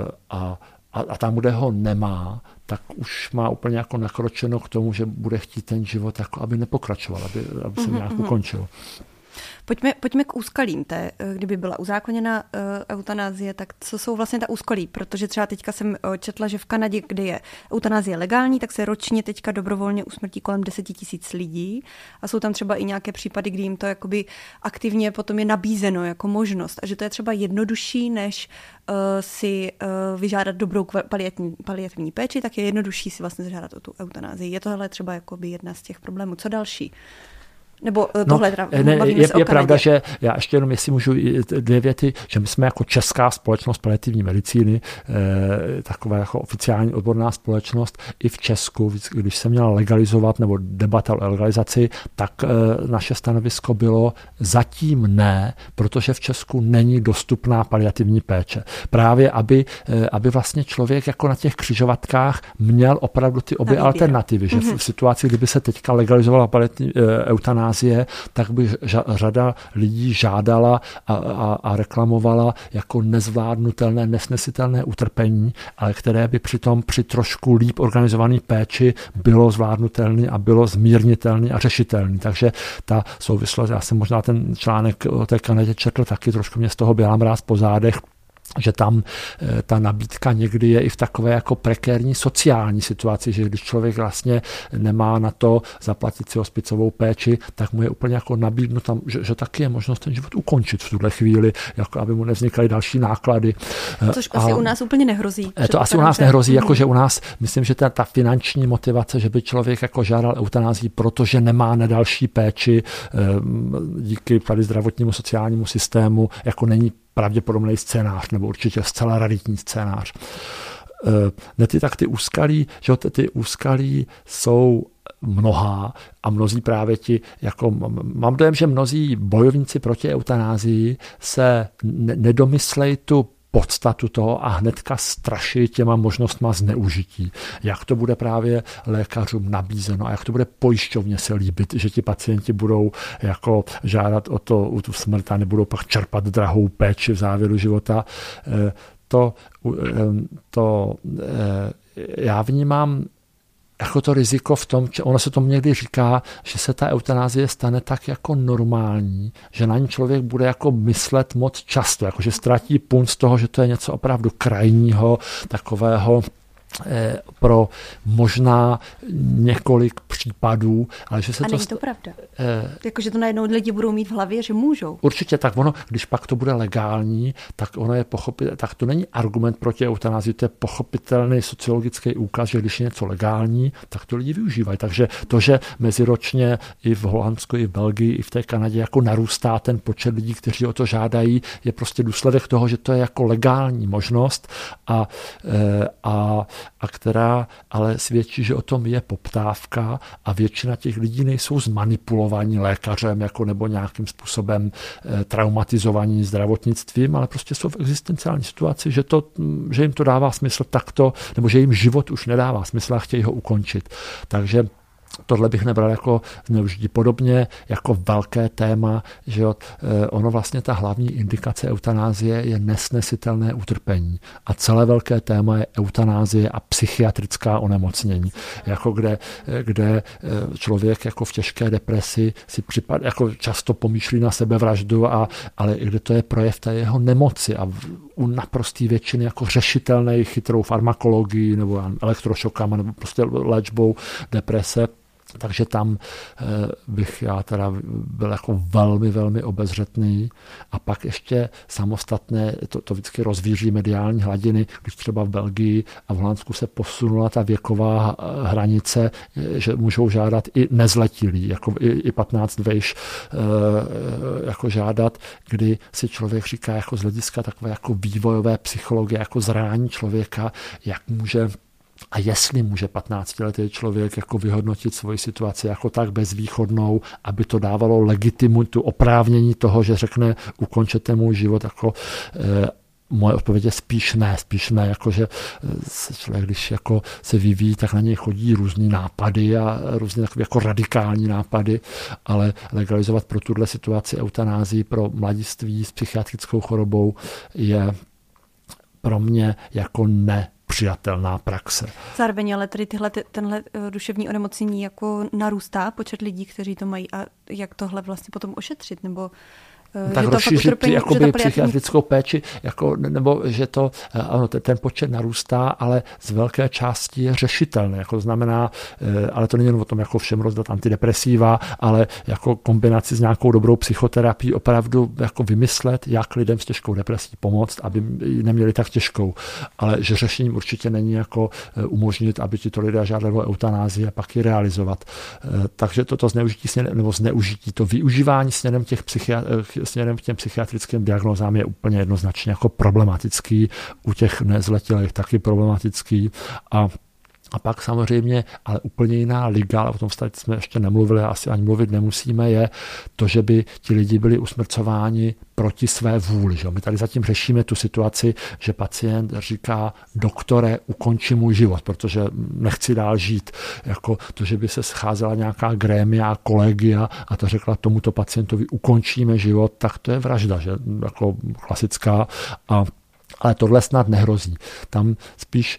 a, a, a tam, kde ho nemá, tak už má úplně jako nakročeno k tomu, že bude chtít ten život, jako aby nepokračoval, aby, aby se nějak ukončil. Pojďme, pojďme k úskalím té, kdyby byla uzákoněna uh, eutanázie, tak co jsou vlastně ta úskalí? Protože třeba teďka jsem četla, že v Kanadě, kde je eutanázie legální, tak se ročně teďka dobrovolně usmrtí kolem deset tisíc lidí a jsou tam třeba i nějaké případy, kdy jim to jakoby aktivně potom je nabízeno jako možnost a že to je třeba jednodušší, než uh, si uh, vyžádat dobrou paliativní, paliativní péči, tak je jednodušší si vlastně zažádat o tu eutanázii. Je tohle třeba jakoby jedna z těch problémů. Co další? Nebo tohle no, ne, je, je pravda, že já ještě jenom, jestli můžu dvě věty, že my jsme jako česká společnost paliativní medicíny, eh, taková jako oficiální odborná společnost, i v Česku, když se měla legalizovat nebo debata o legalizaci, tak eh, naše stanovisko bylo zatím ne, protože v Česku není dostupná paliativní péče. Právě, aby, eh, aby vlastně člověk jako na těch křižovatkách měl opravdu ty obě alternativy, že mm-hmm. v situaci, kdyby se teďka legalizovala paliativní eh, eutanázie, tak by řada lidí žádala a, a, a reklamovala jako nezvládnutelné, nesnesitelné utrpení, ale které by přitom při trošku líp organizované péči bylo zvládnutelné a bylo zmírnitelné a řešitelné. Takže ta souvislost, já jsem možná ten článek o té Kanadě četl taky, trošku mě z toho běhá mráz po zádech, že tam ta nabídka někdy je i v takové jako prekérní sociální situaci, že když člověk vlastně nemá na to zaplatit si hospicovou péči, tak mu je úplně jako nabídnu tam, že, že taky je možnost ten život ukončit v tuhle chvíli, jako aby mu nevznikaly další náklady. Což a asi u nás úplně nehrozí. To asi u nás nehrozí, jako že u nás, myslím, že ta, ta finanční motivace, že by člověk jako žádal eutanázii, protože nemá na další péči díky tady zdravotnímu sociálnímu systému, jako není pravděpodobný scénář, nebo určitě zcela raritní scénář. Ne, ty, tak ty úskalí, že ty úskalí jsou mnohá a mnozí právě ti, jako mám dojem, že mnozí bojovníci proti eutanázii se nedomyslejí tu podstatu toho a hnedka straší těma možnostma zneužití. Jak to bude právě lékařům nabízeno a jak to bude pojišťovně se líbit, že ti pacienti budou jako žádat o to, o tu smrt a nebudou pak čerpat drahou péči v závěru života. To, to já vnímám jako to riziko v tom, že ono se tomu někdy říká, že se ta eutanázie stane tak jako normální, že na ní člověk bude jako myslet moc často, jako že ztratí punc z toho, že to je něco opravdu krajního, takového pro možná několik případů, ale že se a to... není to pravda. Eh, Jakože to najednou lidi budou mít v hlavě, že můžou. Určitě, tak ono, když pak to bude legální, tak ono je pochopitelné, tak to není argument proti eutanázii, to je pochopitelný sociologický úkaz, že když je něco legální, tak to lidi využívají. Takže to, že meziročně i v Holandsku, i v Belgii, i v té Kanadě jako narůstá ten počet lidí, kteří o to žádají, je prostě důsledek toho, že to je jako legální možnost a, a a která ale svědčí, že o tom je poptávka a většina těch lidí nejsou zmanipulovaní lékařem jako nebo nějakým způsobem e, traumatizovaní zdravotnictvím, ale prostě jsou v existenciální situaci, že, to, že jim to dává smysl takto, nebo že jim život už nedává smysl a chtějí ho ukončit. Takže tohle bych nebral jako zneužití. Podobně jako velké téma, že ono vlastně ta hlavní indikace eutanázie je nesnesitelné utrpení. A celé velké téma je eutanázie a psychiatrická onemocnění. Jako kde, kde člověk jako v těžké depresi si připadá, jako často pomýšlí na sebevraždu, a, ale kde to je projev té jeho nemoci a u naprosté většiny jako řešitelné chytrou farmakologii nebo elektrošokama nebo prostě léčbou deprese. Takže tam bych já teda byl jako velmi, velmi obezřetný. A pak ještě samostatné, to, to vždycky rozvíří mediální hladiny, když třeba v Belgii a v Holandsku se posunula ta věková hranice, že můžou žádat i nezletilí, jako i, i patnáct vejš jako žádat, kdy si člověk říká jako z hlediska takové jako vývojové psychologie, jako zrání člověka, jak může a jestli může patnáctiletý člověk jako vyhodnotit svoji situaci jako tak bezvýchodnou, aby to dávalo legitimitu, oprávnění toho, že řekne ukončete můj život, jako eh, moje odpověď je spíš ne, spíš ne, jakože se člověk, když jako se vyvíjí, tak na něj chodí různý nápady a různé takové jako radikální nápady, ale legalizovat pro tuhle situaci eutanázii pro mladiství s psychiatrickou chorobou je pro mě jako ne přijatelná praxe. Zároveň ale tady tyhle, tenhle duševní onemocnění jako narůstá počet lidí, kteří to mají, a jak tohle vlastně potom ošetřit, nebo tak rozšířit jakoby psychiatrickou péči, jako, nebo že to, ano, ten počet narůstá, ale z velké části je řešitelné. Jako to znamená, ale to není jen o tom, jako všem rozdat antidepresiva, ale jako kombinaci s nějakou dobrou psychoterapií opravdu jako vymyslet, jak lidem s těžkou depresí pomoct, aby neměli tak těžkou. Ale že řešením určitě není jako umožnit, aby tito lidé žádali o eutanázii a pak ji realizovat. Takže toto zneužití směrem, nebo zneužití, to využívání směrem těch psychiatrů směrem k těm psychiatrickým diagnózám je úplně jednoznačně jako problematický, u těch nezletilých taky problematický a A pak samozřejmě, ale úplně jiná liga, ale o tom jsme ještě nemluvili, asi ani mluvit nemusíme, je to, že by ti lidi byli usmrcováni proti své vůli. Že? My tady zatím řešíme tu situaci, že pacient říká, doktore, ukonči můj život, protože nechci dál žít. Jako to, že by se scházela nějaká grémia, kolegia a to řekla tomuto pacientovi, ukončíme život, tak to je vražda, že? Jako klasická. A, ale tohle snad nehrozí. Tam spíš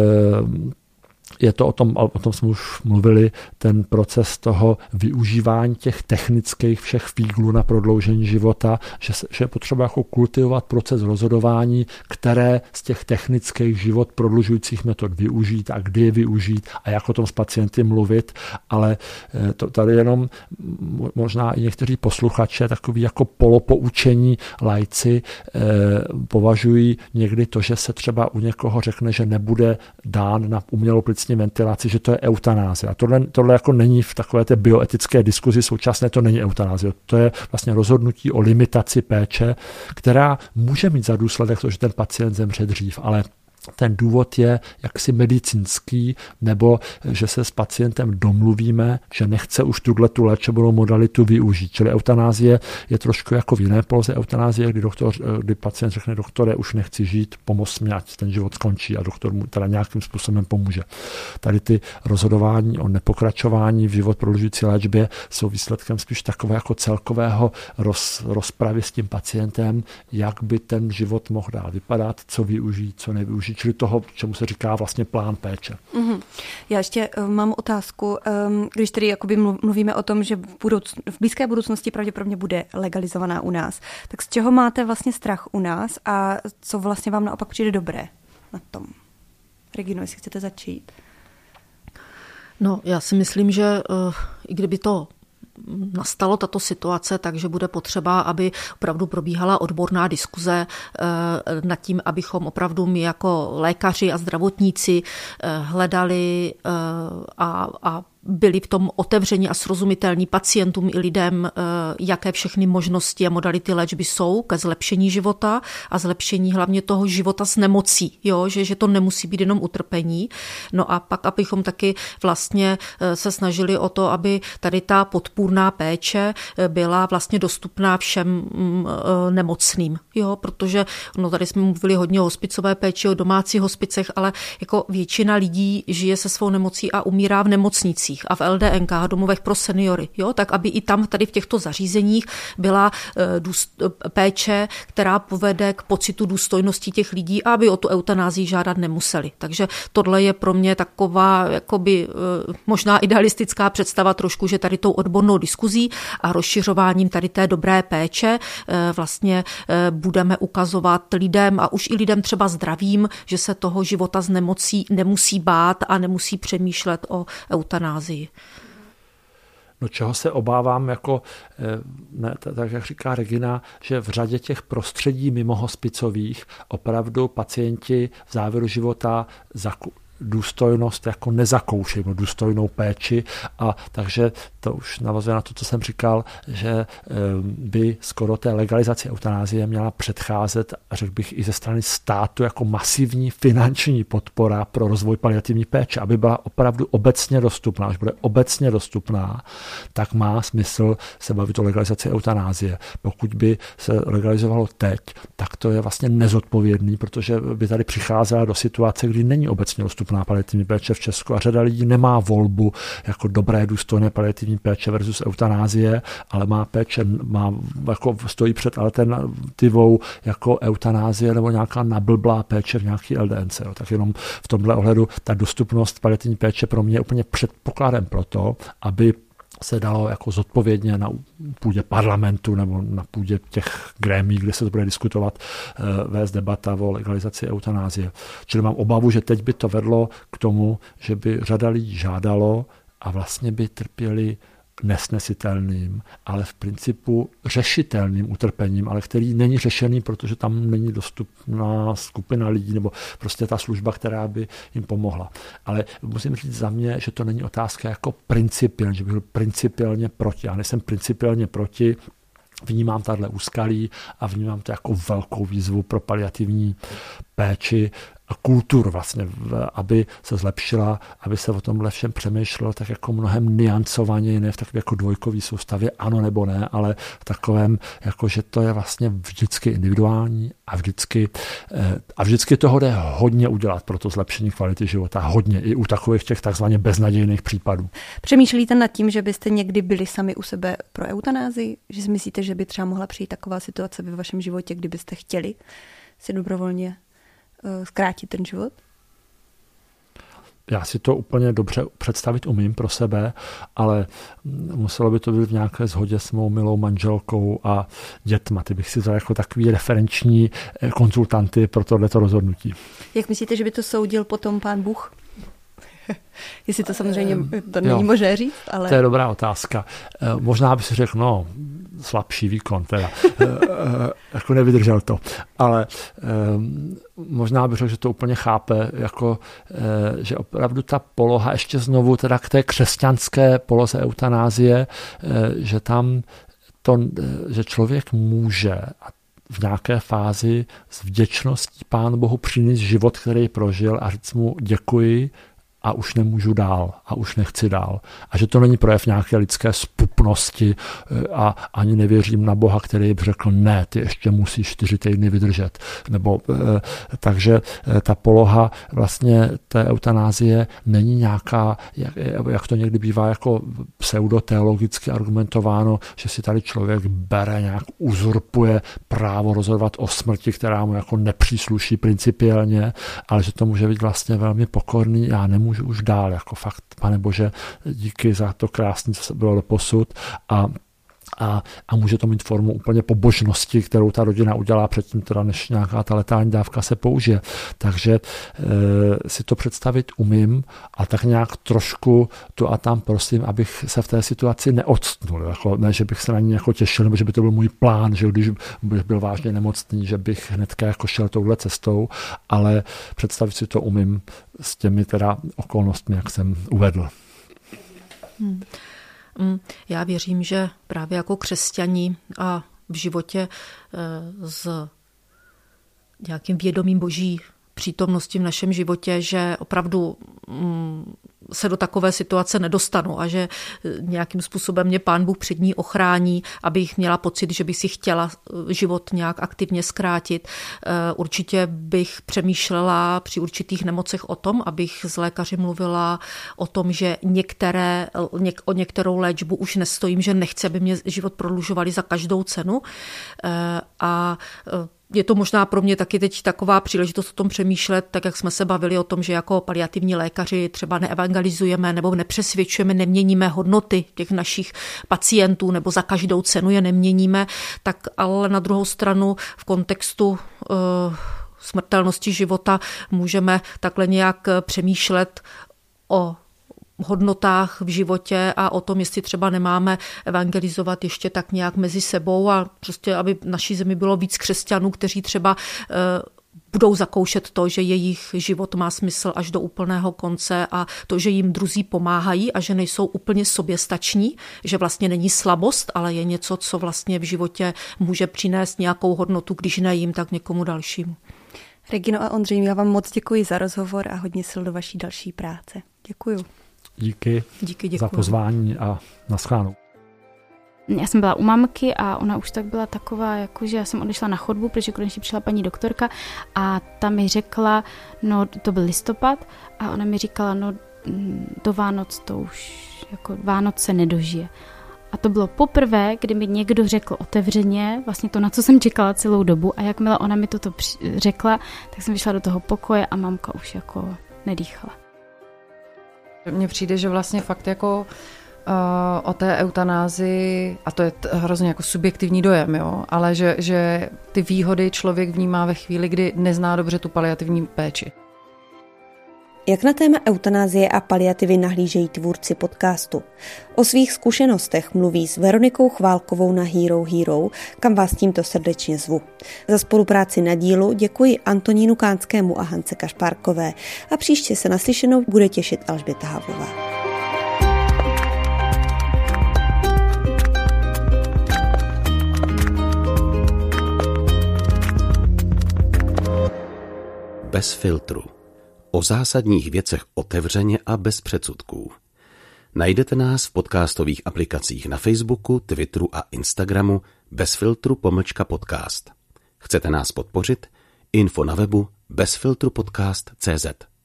e, je to o tom, o tom jsme už mluvili, ten proces toho využívání těch technických všech fíglů na prodloužení života, že, že je potřeba jako kultivovat proces rozhodování, které z těch technických život prodlužujících metod využít a kdy je využít a jak o tom s pacienty mluvit, ale to tady jenom možná i někteří posluchače, takový jako polopoučení laici eh, považují někdy to, že se třeba u někoho řekne, že nebude dán na umělou plicní ventilaci, že to je eutanázie. A tohle, tohle jako není v takové té bioetické diskuzi současné, to není eutanázie. To je vlastně rozhodnutí o limitaci péče, která může mít za důsledek to, že ten pacient zemře dřív, ale ten důvod je jaksi medicínský, nebo že se s pacientem domluvíme, že nechce už tuto léčebnou modalitu využít. Čili eutanázie je trošku jako v jiné poloze eutanázie, kdy, doktor, kdy pacient řekne, doktore, už nechci žít, pomoz mi, ať ten život skončí a doktor mu teda nějakým způsobem pomůže. Tady ty rozhodování o nepokračování v život prodlužující léčbě jsou výsledkem spíš takového jako celkového roz, rozpravy s tím pacientem, jak by ten život mohl dál vypadat, co využít, co nevyužít, čili toho, čemu se říká vlastně plán péče. Mm-hmm. Já ještě uh, mám otázku. Um, když tedy jakoby mluvíme o tom, že v, budouc- v blízké budoucnosti pravděpodobně bude legalizovaná u nás, tak z čeho máte vlastně strach u nás a co vlastně vám naopak přijde dobré na tom? Regino, jestli chcete začít. No, já si myslím, že uh, i kdyby to nastalo tato situace, takže bude potřeba, aby opravdu probíhala odborná diskuze nad tím, abychom opravdu my jako lékaři a zdravotníci hledali a, a byli v tom otevření a srozumitelní pacientům i lidem, jaké všechny možnosti a modality léčby jsou ke zlepšení života a zlepšení hlavně toho života s nemocí, jo? Že, že to nemusí být jenom utrpení. No a pak, abychom taky vlastně se snažili o to, aby tady ta podpůrná péče byla vlastně dostupná všem nemocným, jo? Protože no tady jsme mluvili hodně o hospicové péči, o domácích hospicech, ale jako většina lidí žije se svou nemocí a umírá v nemocnicích a v el dé en ká, domovech pro seniory, jo, tak aby i tam tady v těchto zařízeních byla péče, která povede k pocitu důstojnosti těch lidí a aby o tu eutanázii žádat nemuseli. Takže tohle je pro mě taková jakoby možná idealistická představa trošku, že tady tou odbornou diskuzí a rozšiřováním tady té dobré péče vlastně budeme ukazovat lidem a už i lidem třeba zdravým, že se toho života s nemocí nemusí bát a nemusí přemýšlet o eutanázii. No čeho se obávám, jako, ne, tak jak říká Regina, že v řadě těch prostředí mimo hospicových opravdu pacienti v závěru života zaku- důstojnost jako nezakouším, důstojnou péči a takže to už navazuje na to, co jsem říkal, že by skoro té legalizaci eutanázie měla předcházet, a řekl bych i ze strany státu, jako masivní finanční podpora pro rozvoj paliativní péče, aby byla opravdu obecně dostupná. Až bude obecně dostupná, tak má smysl se bavit o legalizaci eutanázie. Pokud by se legalizovalo teď, tak to je vlastně nezodpovědný, protože by tady přicházela do situace, kdy není obecně dostupná paliativní péče v Česku a řada lidí nemá volbu jako dobré, důstojné paliativní péče versus eutanázie, ale má péče, má, jako stojí před alternativou jako eutanázie nebo nějaká nablblá péče v nějaký el dé en cé. Jo. Tak jenom v tomhle ohledu ta dostupnost paliativní péče pro mě je úplně předpokladem pro to, aby se dalo jako zodpovědně na půdě parlamentu nebo na půdě těch grémí, kde se to bude diskutovat, vést debata o legalizaci eutanázie. Čili mám obavu, že teď by to vedlo k tomu, že by řada lidí žádalo a vlastně by trpěli nesnesitelným, ale v principu řešitelným utrpením, ale který není řešený, protože tam není dostupná skupina lidí nebo prostě ta služba, která by jim pomohla. Ale musím říct za mě, že to není otázka jako principiálně, že bych byl principiálně proti. Já nejsem principiálně proti, vnímám tahle úskalí a vnímám to jako velkou výzvu pro paliativní péči a kulturu vlastně, aby se zlepšila, aby se o tomhle všem přemýšlelo tak jako mnohem niancovaně, ne v takové jako dvojkové soustavě, ano nebo ne, ale v takovém, jako že to je vlastně vždycky individuální a vždycky, a vždycky toho jde hodně udělat pro to zlepšení kvality života, hodně, i u takových těch takzvaně beznadějných případů. Přemýšlíte nad tím, že byste někdy byli sami u sebe pro eutanázii? Že si myslíte, že by třeba mohla přijít taková situace ve vašem životě, kdybyste chtěli si dobrovolně zkrátit ten život? Já si to úplně dobře představit umím pro sebe, ale muselo by to být v nějaké shodě s mou milou manželkou a dětma. Ty bych si vzal jako takový referenční konzultanty pro tohleto rozhodnutí. Jak myslíte, že by to soudil potom pán Bůh? Jestli to samozřejmě to není jo, možné říct, ale... To je dobrá otázka. Možná by si řekl, no, slabší výkon, teda. Jako nevydržel to. Ale možná bych řekl, že to úplně chápe, jako, že opravdu ta poloha, ještě znovu teda k té křesťanské poloze eutanázie, že tam to, že člověk může v nějaké fázi s vděčností Pánu Bohu přinést život, který prožil a říct mu děkuji, a už nemůžu dál a už nechci dál. A že to není projev nějaké lidské zpupnosti a ani nevěřím na Boha, který by řekl ne, ty ještě musíš čtyři týdny vydržet. Nebo, takže ta poloha vlastně té eutanázie není nějaká, jak, jak to někdy bývá jako pseudoteologicky argumentováno, že si tady člověk bere, nějak uzurpuje právo rozhodovat o smrti, která mu jako nepřísluší principiálně, ale že to může být vlastně velmi pokorný. Já nemůžu už dál, jako fakt, Pane Bože, díky za to krásné, co bylo doposud a A, a může to mít formu úplně pobožnosti, kterou ta rodina udělá předtím, teda než nějaká ta letální dávka se použije. Takže e, si to představit umím a tak nějak trošku tu a tam prosím, abych se v té situaci neodstnul. Jako, ne, že bych se na ní jako těšil, nebo že by to byl můj plán, že když bych byl vážně nemocný, že bych hnedka jako šel touhle cestou, ale představit si to umím s těmi teda okolnostmi, jak jsem uvedl. Hmm. Já věřím, že právě jako křesťani a v životě s nějakým vědomím Boží přítomnosti v našem životě, že opravdu se do takové situace nedostanu a že nějakým způsobem mě Pán Bůh před ní ochrání, abych měla pocit, že bych si chtěla život nějak aktivně zkrátit. Určitě bych přemýšlela při určitých nemocech o tom, abych s lékaři mluvila o tom, že některé, o některou léčbu už nestojím, že nechci, aby mě život prodlužovali za každou cenu. A je to možná pro mě taky teď taková příležitost o tom přemýšlet, tak jak jsme se bavili o tom, že jako paliativní lékaři třeba neevangelizujeme nebo nepřesvědčujeme, neměníme hodnoty těch našich pacientů nebo za každou cenu je neměníme, tak ale na druhou stranu v kontextu uh, smrtelnosti života můžeme takhle nějak přemýšlet o hodnotách v životě a o tom, jestli třeba nemáme evangelizovat ještě tak nějak mezi sebou a prostě, aby v naší zemi bylo víc křesťanů, kteří třeba uh, budou zakoušet to, že jejich život má smysl až do úplného konce a to, že jim druzí pomáhají a že nejsou úplně soběstační, že vlastně není slabost, ale je něco, co vlastně v životě může přinést nějakou hodnotu, když ne jim, tak někomu dalšímu. Regino a Ondřej, já vám moc děkuji za rozhovor a hodně sil do vaší další práce. Děkuju. Díky, Díky za pozvání a naschledanou. Já jsem byla u mamky a ona už tak byla taková, jakože já jsem odešla na chodbu, protože konečně přišla paní doktorka a ta mi řekla, no to byl listopad a ona mi říkala, no do Vánoc to už, jako Vánoc se nedožije. A to bylo poprvé, kdy mi někdo řekl otevřeně, vlastně to, na co jsem čekala celou dobu a jakmile ona mi toto řekla, tak jsem vyšla do toho pokoje a mamka už jako nedýchala. Mně přijde, že vlastně fakt jako o té eutanázii, a to je hrozně jako subjektivní dojem, jo, ale že, že ty výhody člověk vnímá ve chvíli, kdy nezná dobře tu paliativní péči. Jak na téma eutanázie a paliativy nahlížejí tvůrci podcastu? O svých zkušenostech mluví s Veronikou Chválkovou na Hero Hero, kam vás tímto srdečně zvu. Za spolupráci na dílu děkuji Antonínu Kánskému a Hance Kašpárkové a příště se naslyšenou bude těšit Alžběta Havlová. Bez filtru. O zásadních věcech otevřeně a bez předsudků. Najdete nás v podcastových aplikacích na Facebooku, Twitteru a Instagramu bez filtru pomlčka podcast. Chcete nás podpořit? Info na webu bezfiltrupodcast tečka cé zet.